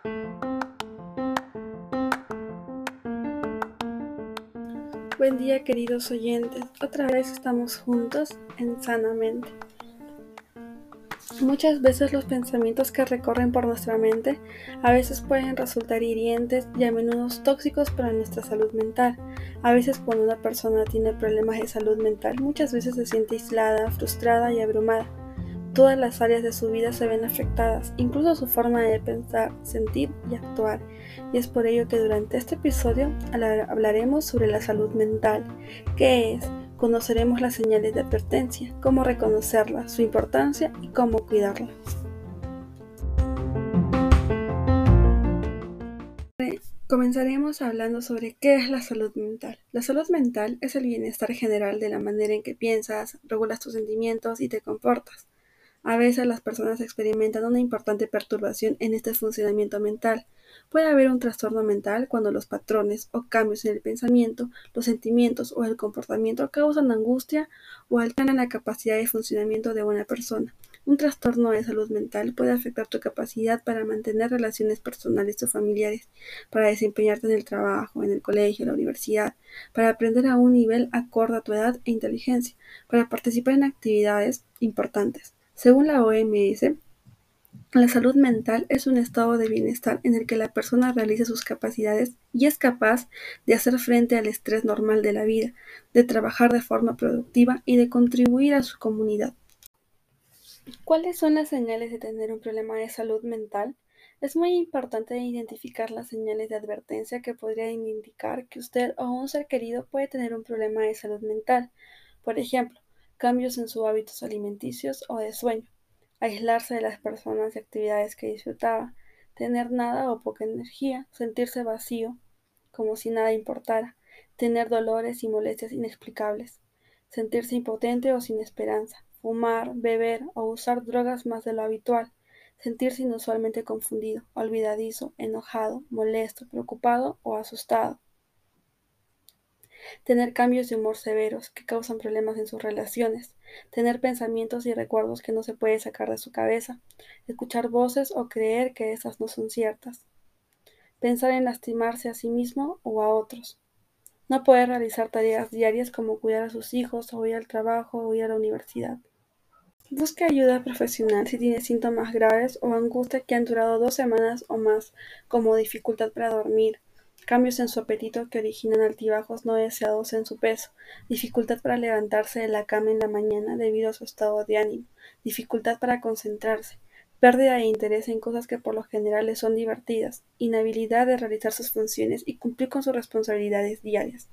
Buen día, queridos oyentes. Otra vez estamos juntos en Sanamente. Muchas veces los pensamientos que recorren por nuestra mente a veces pueden resultar hirientes y a menudo tóxicos para nuestra salud mental. A veces cuando una persona tiene problemas de salud mental, muchas veces se siente aislada, frustrada y abrumada. Todas las áreas de su vida se ven afectadas, incluso su forma de pensar, sentir y actuar. Y es por ello que durante este episodio hablaremos sobre la salud mental. ¿Qué es? Conoceremos las señales de advertencia, cómo reconocerla, su importancia y cómo cuidarla. Comenzaremos hablando sobre qué es la salud mental. La salud mental es el bienestar general de la manera en que piensas, regulas tus sentimientos y te comportas. A veces las personas experimentan una importante perturbación en este funcionamiento mental. Puede haber un trastorno mental cuando los patrones o cambios en el pensamiento, los sentimientos o el comportamiento causan angustia o alteran la capacidad de funcionamiento de una persona. Un trastorno de salud mental puede afectar tu capacidad para mantener relaciones personales o familiares, para desempeñarte en el trabajo, en el colegio, en la universidad, para aprender a un nivel acorde a tu edad e inteligencia, para participar en actividades importantes. Según la OMS, la salud mental es un estado de bienestar en el que la persona realiza sus capacidades y es capaz de hacer frente al estrés normal de la vida, de trabajar de forma productiva y de contribuir a su comunidad. ¿Cuáles son las señales de tener un problema de salud mental? Es muy importante identificar las señales de advertencia que podrían indicar que usted o un ser querido puede tener un problema de salud mental. Por ejemplo, cambios en sus hábitos alimenticios o de sueño, aislarse de las personas y actividades que disfrutaba, tener nada o poca energía, sentirse vacío, como si nada importara, tener dolores y molestias inexplicables, sentirse impotente o sin esperanza, fumar, beber o usar drogas más de lo habitual, sentirse inusualmente confundido, olvidadizo, enojado, molesto, preocupado o asustado, tener cambios de humor severos que causan problemas en sus relaciones, tener pensamientos y recuerdos que no se puede sacar de su cabeza, escuchar voces o creer que estas no son ciertas, pensar en lastimarse a sí mismo o a otros, no poder realizar tareas diarias como cuidar a sus hijos o ir al trabajo o ir a la universidad. Busque ayuda profesional si tiene síntomas graves o angustia que han durado 2 semanas o más, como dificultad para dormir, cambios en su apetito que originan altibajos no deseados en su peso, dificultad para levantarse de la cama en la mañana debido a su estado de ánimo, dificultad para concentrarse, pérdida de interés en cosas que por lo general le son divertidas, inhabilidad de realizar sus funciones y cumplir con sus responsabilidades diarias.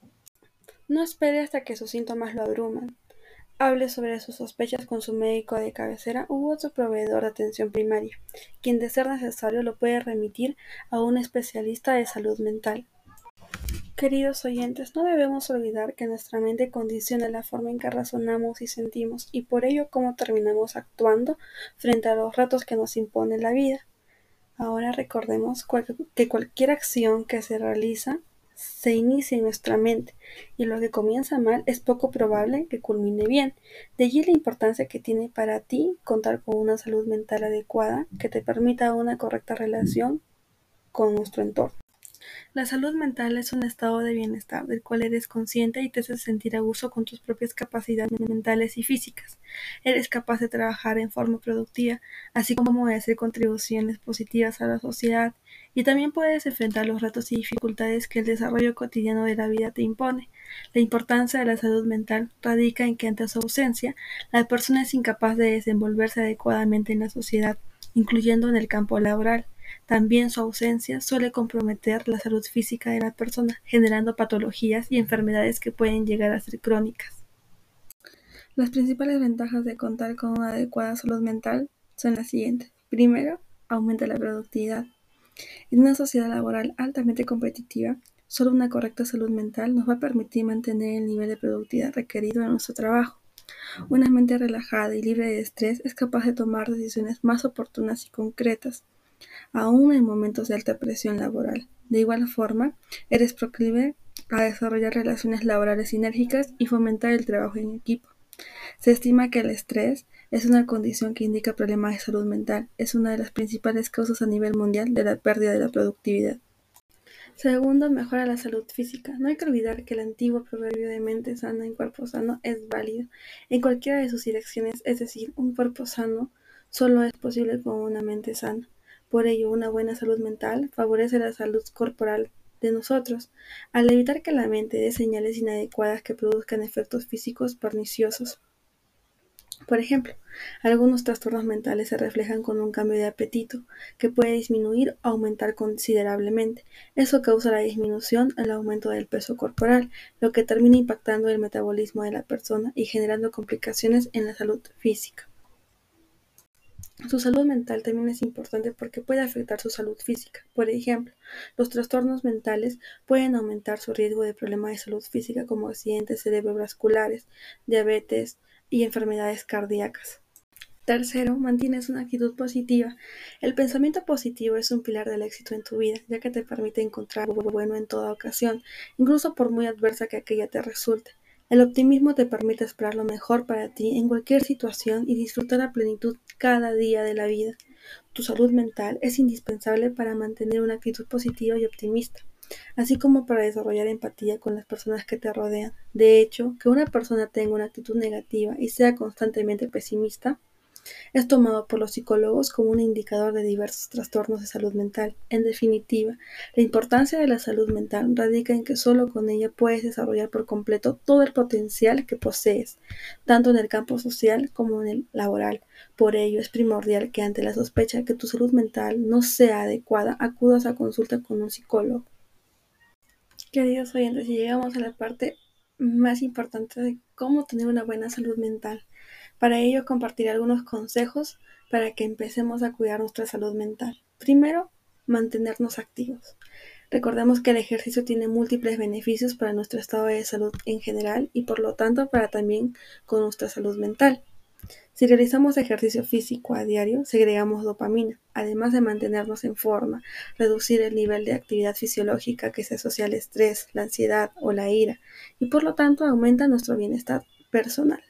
No espere hasta que sus síntomas lo abruman. Hable sobre sus sospechas con su médico de cabecera u otro proveedor de atención primaria, quien de ser necesario lo puede remitir a un especialista de salud mental. Queridos oyentes, no debemos olvidar que nuestra mente condiciona la forma en que razonamos y sentimos, y por ello cómo terminamos actuando frente a los retos que nos impone la vida. Ahora recordemos que cualquier acción que se realiza se inicia en nuestra mente, y lo que comienza mal es poco probable que culmine bien. De allí la importancia que tiene para ti contar con una salud mental adecuada que te permita una correcta relación con nuestro entorno. La salud mental es un estado de bienestar del cual eres consciente y te hace sentir a gusto con tus propias capacidades mentales y físicas. Eres capaz de trabajar en forma productiva, así como de hacer contribuciones positivas a la sociedad, y también puedes enfrentar los retos y dificultades que el desarrollo cotidiano de la vida te impone. La importancia de la salud mental radica en que ante su ausencia, la persona es incapaz de desenvolverse adecuadamente en la sociedad, incluyendo en el campo laboral. También su ausencia suele comprometer la salud física de la persona, generando patologías y enfermedades que pueden llegar a ser crónicas. Las principales ventajas de contar con una adecuada salud mental son las siguientes. Primero, aumenta la productividad. En una sociedad laboral altamente competitiva, solo una correcta salud mental nos va a permitir mantener el nivel de productividad requerido en nuestro trabajo. Una mente relajada y libre de estrés es capaz de tomar decisiones más oportunas y concretas, aún en momentos de alta presión laboral. De igual forma, eres proclive a desarrollar relaciones laborales sinérgicas y fomentar el trabajo en equipo. Se estima que el estrés es una condición que indica problemas de salud mental. Es una de las principales causas a nivel mundial de la pérdida de la productividad. Segundo, mejora la salud física. No hay que olvidar que el antiguo proverbio de mente sana en cuerpo sano es válido en cualquiera de sus direcciones, es decir, un cuerpo sano solo es posible con una mente sana. Por ello, una buena salud mental favorece la salud corporal de nosotros, al evitar que la mente dé señales inadecuadas que produzcan efectos físicos perniciosos. Por ejemplo, algunos trastornos mentales se reflejan con un cambio de apetito, que puede disminuir o aumentar considerablemente. Eso causa la disminución o el aumento del peso corporal, lo que termina impactando el metabolismo de la persona y generando complicaciones en la salud física. Su salud mental también es importante porque puede afectar su salud física. Por ejemplo, los trastornos mentales pueden aumentar su riesgo de problemas de salud física como accidentes cerebrovasculares, diabetes y enfermedades cardíacas. Tercero, mantienes una actitud positiva. El pensamiento positivo es un pilar del éxito en tu vida, ya que te permite encontrar lo bueno en toda ocasión, incluso por muy adversa que aquella te resulte. El optimismo te permite esperar lo mejor para ti en cualquier situación y disfrutar a plenitud cada día de la vida. Tu salud mental es indispensable para mantener una actitud positiva y optimista, así como para desarrollar empatía con las personas que te rodean. De hecho, que una persona tenga una actitud negativa y sea constantemente pesimista, es tomado por los psicólogos como un indicador de diversos trastornos de salud mental. En definitiva, la importancia de la salud mental radica en que solo con ella puedes desarrollar por completo todo el potencial que posees, tanto en el campo social como en el laboral. Por ello, es primordial que ante la sospecha de que tu salud mental no sea adecuada, acudas a consulta con un psicólogo. Queridos oyentes, y llegamos a la parte más importante de cómo tener una buena salud mental. Para ello compartiré algunos consejos para que empecemos a cuidar nuestra salud mental. Primero, mantenernos activos. Recordemos que el ejercicio tiene múltiples beneficios para nuestro estado de salud en general y por lo tanto para también con nuestra salud mental. Si realizamos ejercicio físico a diario, segregamos dopamina, además de mantenernos en forma, reducir el nivel de actividad fisiológica que se asocia al estrés, la ansiedad o la ira, y por lo tanto aumenta nuestro bienestar personal.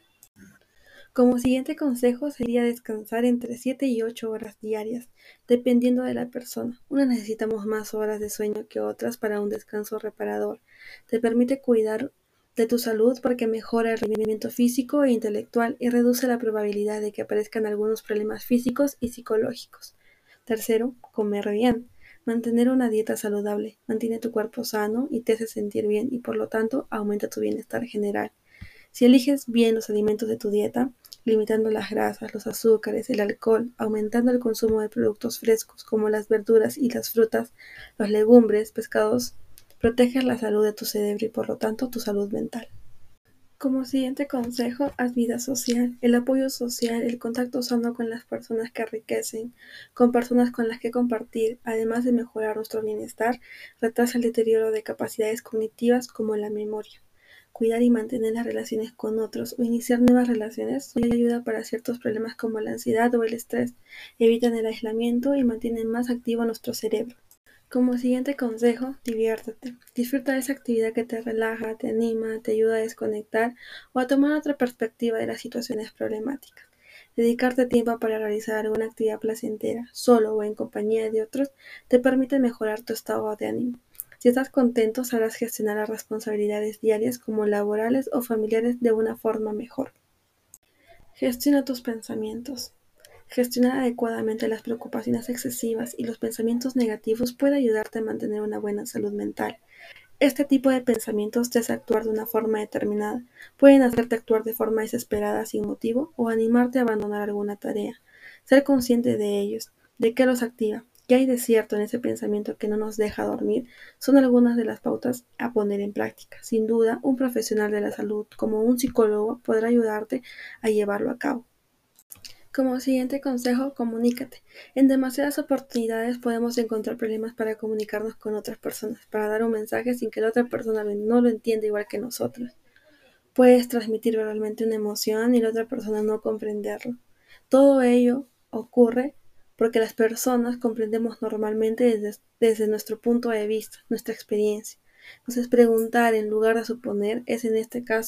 Como siguiente consejo sería descansar entre 7 y 8 horas diarias, dependiendo de la persona. Unas necesitamos más horas de sueño que otras para un descanso reparador. Te permite cuidar de tu salud porque mejora el rendimiento físico e intelectual y reduce la probabilidad de que aparezcan algunos problemas físicos y psicológicos. Tercero, comer bien. Mantener una dieta saludable mantiene tu cuerpo sano y te hace sentir bien y por lo tanto aumenta tu bienestar general. Si eliges bien los alimentos de tu dieta, limitando las grasas, los azúcares, el alcohol, aumentando el consumo de productos frescos como las verduras y las frutas, los legumbres, pescados, proteges la salud de tu cerebro y por lo tanto tu salud mental. Como siguiente consejo, haz vida social. El apoyo social, el contacto sano con las personas que enriquecen, con personas con las que compartir, además de mejorar nuestro bienestar, retrasa el deterioro de capacidades cognitivas como la memoria. Cuidar y mantener las relaciones con otros o iniciar nuevas relaciones nos ayuda para ciertos problemas como la ansiedad o el estrés, evitan el aislamiento y mantienen más activo nuestro cerebro. Como siguiente consejo, diviértete. Disfruta de esa actividad que te relaja, te anima, te ayuda a desconectar o a tomar otra perspectiva de las situaciones problemáticas. Dedicarte tiempo para realizar alguna actividad placentera, solo o en compañía de otros, te permite mejorar tu estado de ánimo. Si estás contento, sabrás gestionar las responsabilidades diarias como laborales o familiares de una forma mejor. Gestiona tus pensamientos. Gestionar adecuadamente las preocupaciones excesivas y los pensamientos negativos puede ayudarte a mantener una buena salud mental. Este tipo de pensamientos te hace actuar de una forma determinada. Pueden hacerte actuar de forma desesperada sin motivo o animarte a abandonar alguna tarea. Ser consciente de ellos, de qué los activa, qué hay de cierto en ese pensamiento que no nos deja dormir, son algunas de las pautas a poner en práctica. Sin duda, un profesional de la salud, como un psicólogo, podrá ayudarte a llevarlo a cabo. Como siguiente consejo, comunícate. En demasiadas oportunidades podemos encontrar problemas para comunicarnos con otras personas, para dar un mensaje sin que la otra persona no lo entienda igual que nosotros. Puedes transmitir verbalmente una emoción y la otra persona no comprenderlo. Todo ello ocurre porque las personas comprendemos normalmente desde nuestro punto de vista, nuestra experiencia. Entonces, preguntar en lugar de suponer es en este caso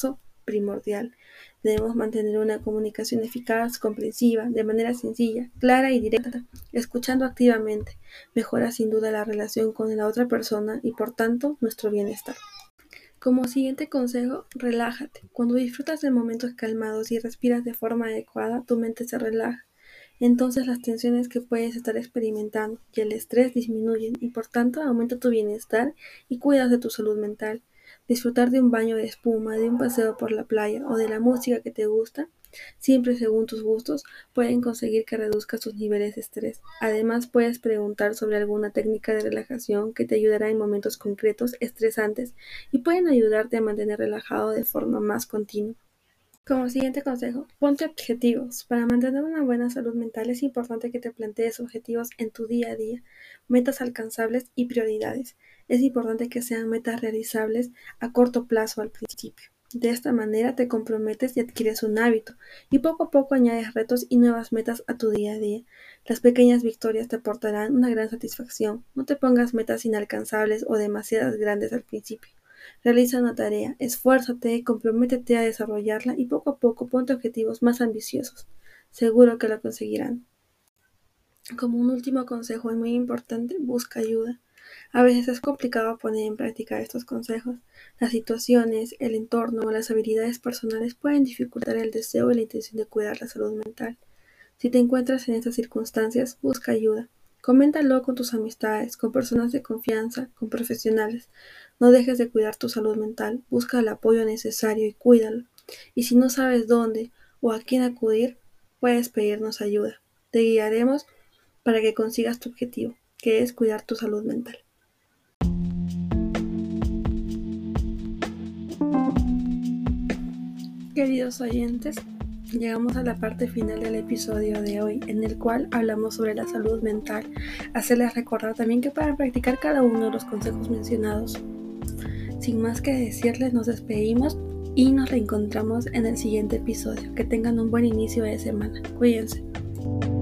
primordial. Debemos mantener una comunicación eficaz, comprensiva, de manera sencilla, clara y directa, escuchando activamente. Mejora sin duda la relación con la otra persona y por tanto nuestro bienestar. Como siguiente consejo, relájate. Cuando disfrutas de momentos calmados y respiras de forma adecuada, tu mente se relaja. Entonces las tensiones que puedes estar experimentando y el estrés disminuyen y por tanto aumenta tu bienestar y cuidas de tu salud mental. Disfrutar de un baño de espuma, de un paseo por la playa o de la música que te gusta, siempre según tus gustos, pueden conseguir que reduzcas tus niveles de estrés. Además, puedes preguntar sobre alguna técnica de relajación que te ayudará en momentos concretos estresantes y pueden ayudarte a mantener relajado de forma más continua. Como siguiente consejo, ponte objetivos. Para mantener una buena salud mental es importante que te plantees objetivos en tu día a día, metas alcanzables y prioridades. Es importante que sean metas realizables a corto plazo al principio. De esta manera te comprometes y adquieres un hábito, y poco a poco añades retos y nuevas metas a tu día a día. Las pequeñas victorias te aportarán una gran satisfacción. No te pongas metas inalcanzables o demasiadas grandes al principio. Realiza una tarea, esfuérzate, comprométete a desarrollarla y poco a poco ponte objetivos más ambiciosos. Seguro que lo conseguirán. Como un último consejo y muy importante, busca ayuda. A veces es complicado poner en práctica estos consejos. Las situaciones, el entorno o las habilidades personales pueden dificultar el deseo y la intención de cuidar la salud mental. Si te encuentras en estas circunstancias, busca ayuda. Coméntalo con tus amistades, con personas de confianza, con profesionales. No dejes de cuidar tu salud mental, busca el apoyo necesario y cuídalo. Y si no sabes dónde o a quién acudir, puedes pedirnos ayuda. Te guiaremos para que consigas tu objetivo, que es cuidar tu salud mental. Queridos oyentes, llegamos a la parte final del episodio de hoy, en el cual hablamos sobre la salud mental. Hacerles recordar también que para practicar cada uno de los consejos mencionados. Sin más que decirles, nos despedimos y nos reencontramos en el siguiente episodio. Que tengan un buen inicio de semana. Cuídense.